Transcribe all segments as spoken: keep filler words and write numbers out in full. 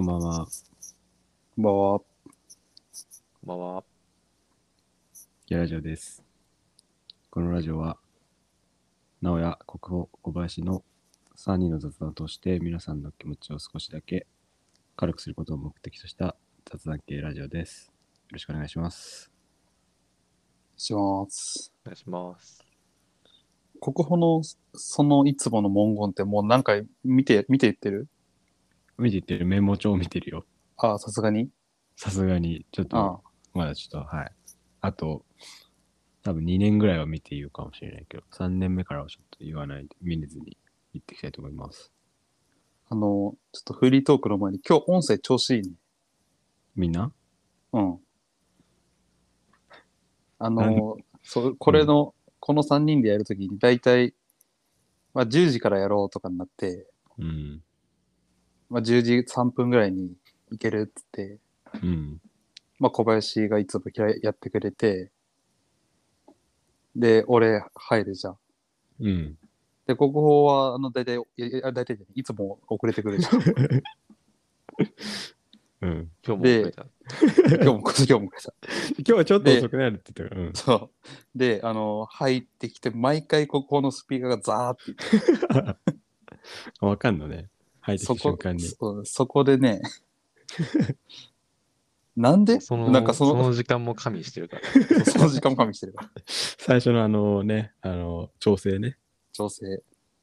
ばんは。 こんばんは。 こんばんは。 ギャラジオです。このラジオは、直哉、国保、小林のさんにんの雑談として皆さんの気持ちを少しだけ軽くすることを目的とした雑談系ラジオです。よろしくお願いします。 します。 お願いします。 国保のそのいつもの文言ってもう何回見て、見て言ってる？ 見ていってるメモ帳を見てるよ。 ああ、さすがに。 さすがに、ちょっと、 あまだちょっと、はい。あと、多分にねんぐらいは見て言うかもしれないけど、さんねんめからはちょっと言わないで、見ずに言っていきたいと思います。 あの、ちょっとフリートークの前に今日音声調子いいね。 みんなうん。あの、そう、これの、うん、このさんにんでやるときにだいたい、まあ、じゅうじからやろうとかになって、 うん。 まあ、じゅうじさんぷんぐらいに行けるっつって、 うん。まあ、 小林がいつもやってくれて、で、俺入るじゃん。 うん。 で、国宝は、あの、大体、いや、大体、いつも遅れてくるじゃん。 うん。 今日も遅れた。 今日も、今日も遅れた。 今日はちょっと遅くなるって言ったから。うん、 そう。で、あの、入ってきて、毎回国宝のスピーカーがザーって言って。 わかんのね。入ってきた瞬間に。 そ, そこでね、なんでそのなんかその、 その時間も加味してるから。 その時間も加味してるから。 最初のあのね、あの、調整ね。 調整。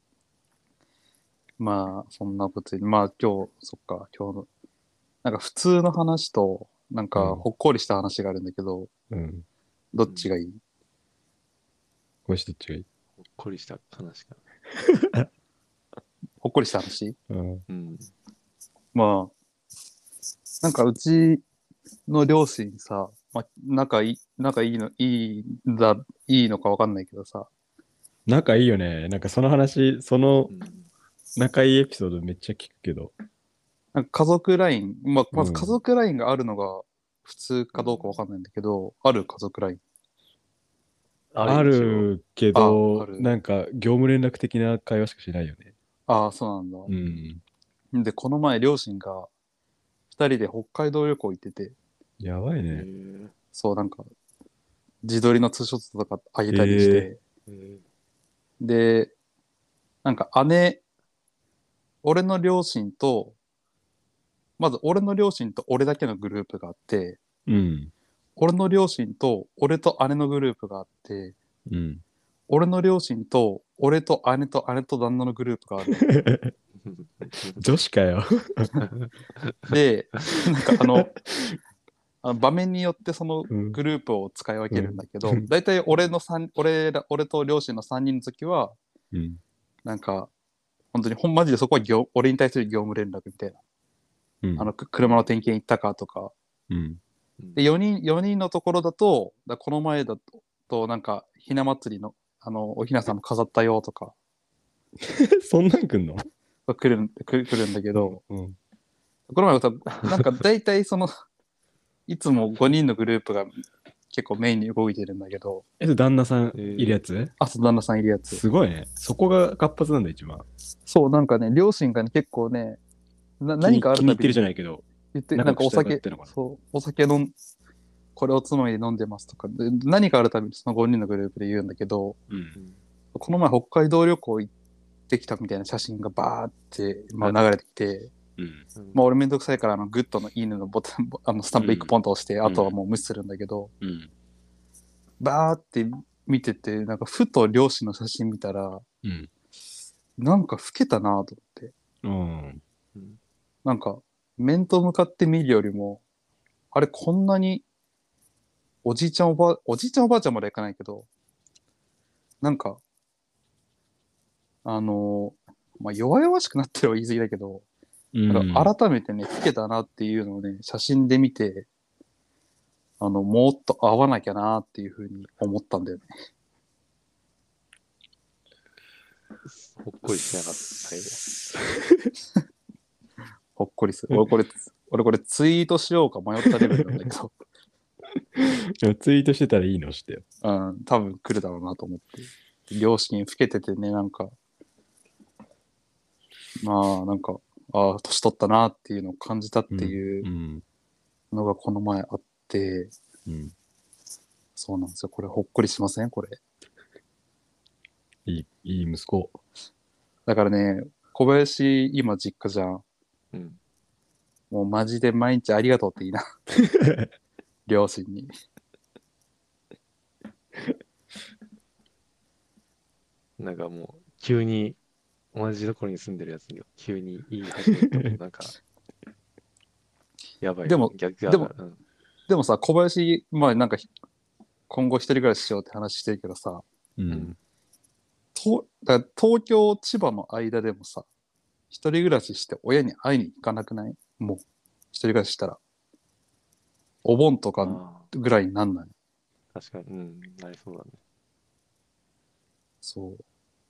まあ、そんなことで、まあ今日、そっか、今日の、なんか普通の話と、なんかほっこりした話があるんだけど、 うん。 どっちがいい？ これどっちがいい？ ほっこりした話かな。ほっこりした話？ うん。 うん。 まあ、なんかうちの両親さ、まあ、仲いい、仲いいの、いいんだ、いいのかわかんないけどさ。 仲いいよね。なんかその話、その仲いいエピソードめっちゃ聞くけど。 なんか家族ライン、まあ、まず家族ラインがあるのが普通かどうかわかんないんだけど、うん、ある家族ライン。 あるけど、なんか業務連絡的な会話しかしないよね。 ああ、そうなんだ。うん。で、この前両親がふたりで北海道旅行行ってて。 やばいね。 そう、なんか、自撮りのツーショットとかあげたりして。で、なんか姉、俺の両親と、まず俺の両親と俺だけのグループがあって、 うん、 俺の両親と俺と姉のグループがあって、 うん、 俺の両親と俺と姉と姉と旦那のグループがある。 女子かよ。 で、なんかあの、あの場面によってそのグループを使い分けるんだけど、だいたい俺の三俺ら俺と両親のさんにんの時は、うん、なんか本当にほんマジでそこは業俺に対する業務連絡みたいな、うん、あの車の点検行ったかとか、うん、でよにんよにんのところだとだこの前だとなんかひな祭りのあのおひなさんも飾ったよとかそんなん来んの？ 来る来る来るんだけど、 うんうん、 この前さなんか大体そのいつもごにんのグループが結構メインに動いてるんだけど。 え、旦那さんいるやつ？えー、 あ、そう、旦那さんいるやつ。 すごいね。そこが活発なんだ、一番。 そう、なんかね、両親がね、結構ね、な何かあるたびに。 気に入ってるじゃないけど。 言って、なんかお酒、そう、お酒飲ん、これおつまみで飲んでますとか、で何かあるたびにそのごにんのグループで言うんだけど、うん、この前北海道旅行行ってきたみたいな写真がバーって、まあ、流れてきて、うん、まあ俺めんどくさいからあのグッドのいいねのボタン、あのスタンプいっこポンと押して、うん、あとはもう無視するんだけど、うん、バーって見てて、なんかふと両親の写真見たら、うん、なんか老けたなと思って、うん、なんか面と向かって見るよりも、あれこんなにおじいちゃんおばおじいちゃんおばあちゃんまではいかないけど、なんかあのー、まあ弱々しくなってるは言い過ぎだけど、うん、なんか改めてね老けたなっていうのをね写真で見て、あのもっと会わなきゃなっていうふうに思ったんだよね。 ほっこりしなかったよ。 ほっこりする。俺これ俺これツイートしようか迷ったレベルなんだけど。 ツイートしてたらいいのしてよ。 うん、多分来るだろうなと思って。両親老けててね、なんか、まあなんかああ、年取ったなっていうのを感じたっていうんうのがこの前あって、 うん、 そうなんですよ。これほっこりしませんこれ。 いい、いい息子。 だからね、小林今実家じゃん。 うん。 もうマジで毎日ありがとうっていいな。両親に。 なんかもう、急に同じところに住んでるやつに急に言い始めると、なんか、やばいよね。 でも、 逆でも、 が、うん。 でもさ、小林、まあなんか今後一人暮らししようって話してるけどさ、 うんとだから東京、千葉の間でもさ、一人暮らしして親に会いに行かなくない？もう、一人暮らししたら。お盆とかあぐらいになんない？ あ、確かに、うん、なりそうだね。 そう。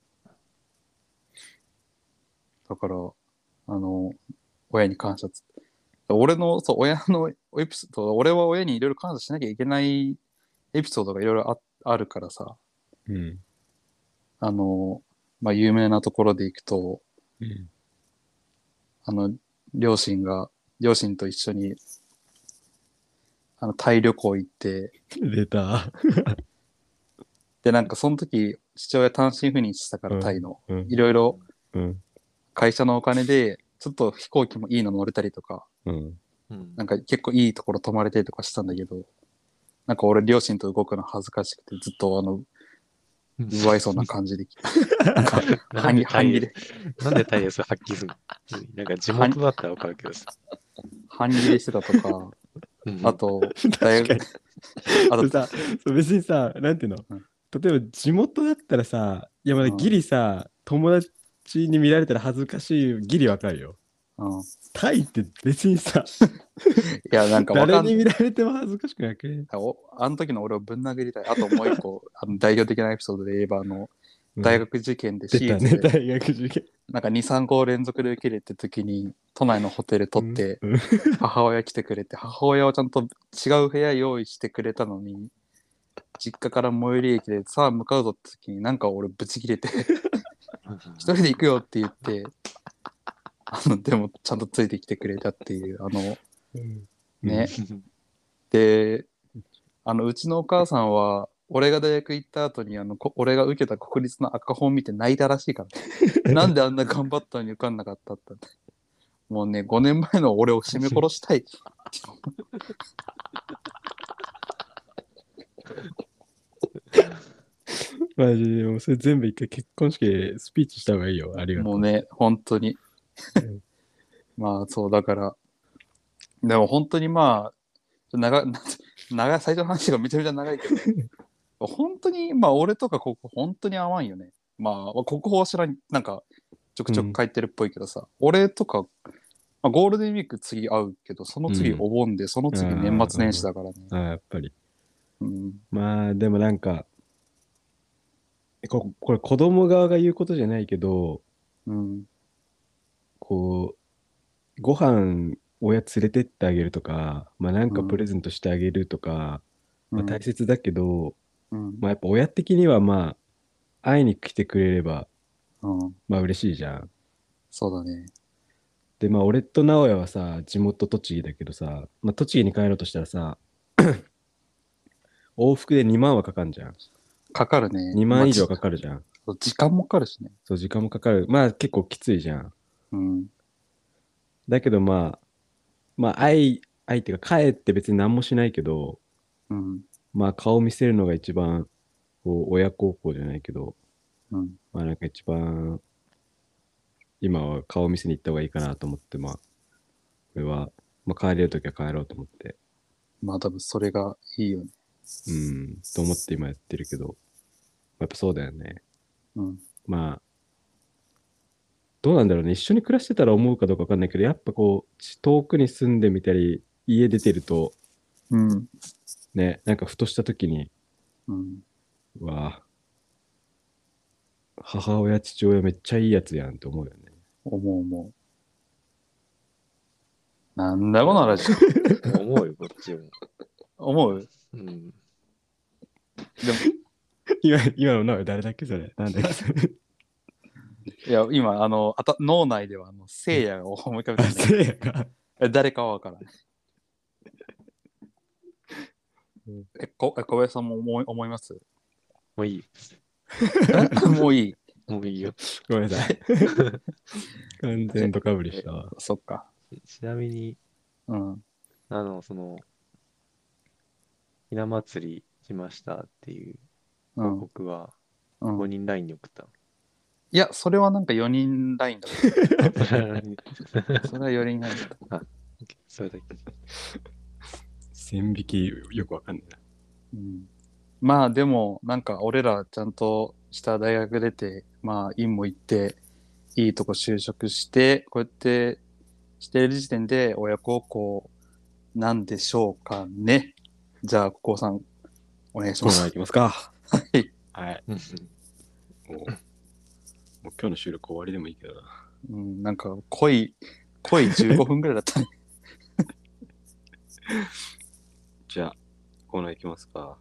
だから、あの、親に感謝つ。俺の、そう、親のエピソード、俺は親にいろいろ感謝しなきゃいけないエピソードがいろいろああるからさ、 うんあの、まあ、有名なところで行くと、 うんあの、両親が、両親と一緒に、あの、タイ旅行行って、 出た。 で、なんかその時、父親単身赴任してたから、タイの。 うんいろいろうん会社のお金で、ちょっと飛行機もいいの乗れたりとか、 うんうん。 なんか結構いいところ泊まれたりとかしたんだけど、なんか俺両親と動くの恥ずかしくて、ずっとあの、不愛想な感じで、なんか、 なんでタイで半切れ、 なんでタイでそれ発揮するの？なんか地元だったらわかるけどさ。 半切れしてたとか、 うんあと、 確かに。 あと、 さ、そう別にさ、なんていうの、 うん例えば地元だったらさ、いやまだギリさ、友達に見られたら恥ずかしいギリわかるよ。 うん。 タイって別にさ、 いや、なんかわかんない。 誰に見られても恥ずかしくなくね？ おあの時の俺をぶん殴りたい。あともう一個、あの代表的なエピソードで言えば、あの、 うん大学受験で出たね、 私立で、 大学受験。 なんかに、さん校連続で受け入れて時に、都内のホテル取って、 うん母親来てくれて、母親はちゃんと違う部屋用意してくれたのに、実家から最寄り駅でさあ向かうぞって時になんか俺ブチ切れて一人で行くよって言って、あのでもちゃんとついてきてくれたっていう、あのうんね、で、あのうちのお母さんは俺が大学行った後にあのこ俺が受けた国立の赤本見て泣いたらしいからね。なんであんな頑張ったのに受かんなかったって。もうね、ごねんまえの俺を絞め殺したい。 マジで、もうそれ全部一回結婚式でスピーチした方がいいよ。ありがとう。 もうね、本当に。まあそうだから、でも本当にまあ、長長い最初の話がめちゃめちゃ長いけど、本当にまあ俺とかここ本当に合わんよね。まあ国宝は知らん、なんかちょくちょく帰ってるっぽいけどさ、うん、俺とか、まあ、ゴールデンウィーク次会うけど、その次お盆で、うん、その次年末年始だからね。 ああ、やっぱり。 うん、 まあでもなんか、ここれ子供側が言うことじゃないけど、 うん、 こう、ご飯親連れてってあげるとか、まあなんかプレゼントしてあげるとか、 うん、 まあ大切だけど、 うん、 まあやっぱ親的にはまあ、会いに来てくれれば、 うん、 まあ嬉しいじゃん。 そうだね。 で、まあ俺と直哉はさ、地元栃木だけどさ、まあ栃木に帰ろうとしたらさ、往復でにまんはかかんじゃん。 かかるね。 にまん以上かかるじゃん。 まあ、時間もかかるしね。 そう、時間もかかる。まあ結構きついじゃん。 うん。 だけどまあ、まあ愛、愛っていうか帰って別に何もしないけど、 うん。 まあ顔見せるのが一番、こう親孝行じゃないけど、 うん。 まあなんか一番、今は顔見せに行った方がいいかなと思って、まあ、これは、まあ帰れるときは帰ろうと思って。 まあ多分それがいいよね。 うん、と思って今やってるけど、やっぱそうだよね。 うん。 まあ、どうなんだろうね。一緒に暮らしてたら思うかどうかわかんないけど、やっぱこう、遠くに住んでみたり、家出てると、 うん。 ね、なんかふとした時に、 うん。 うわあ、母親、父親めっちゃいいやつやんって思うよね。 思う思う。なんだこのラジオ。思うよ、こっちも。 思う？ うん。でも、 今、今の名前誰だっけそれ。なんだっけそれ。 いや、今、あの、あた脳内ではあの聖夜を思い浮かべてるんだけせいやか。 どえ誰かはわからない。え、こえ小林さんも思い思いますもういい。 えもういい。 もういいよ。 ごめんなさい。完全とかぶりしたわ。 そっか。 ちなみに、 うん。 あの、その、ひな祭りしましたっていう報うん。 告はうんごにんラインに送ったの。 いや、それはなんかよにんラインだっあ、それは何た。それはよにんラインだった。 あ、それだけ。 線引きよくわかんないな。 うん、まあでも、なんか俺らちゃんとした大学出て、まあ院も行って、いいとこ就職して、こうやってしている時点で親孝行なんでしょうかね。じゃあ、ここさん、お願いします。 コーナーいきますか。 はい。 はい。 うんもう、もう今日の収録終わりでもいいけどな。 うん、なんか濃い、濃いじゅうごふんぐらいだったね。 じゃあ、コーナーいきますか。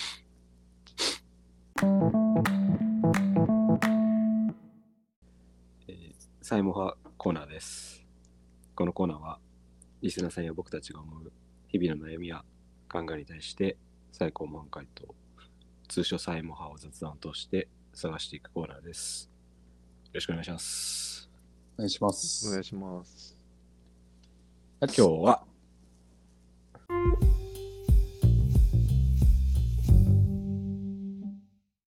えー、サイモ派コーナーです。このコーナーは、リスナーさんや僕たちが思う日々の悩みや考えに対して、最高満回答、通称サイモ派を雑談を通して探していくコーナーです。よろしくお願いします。 お願いしまお願す。 いします。 今日は、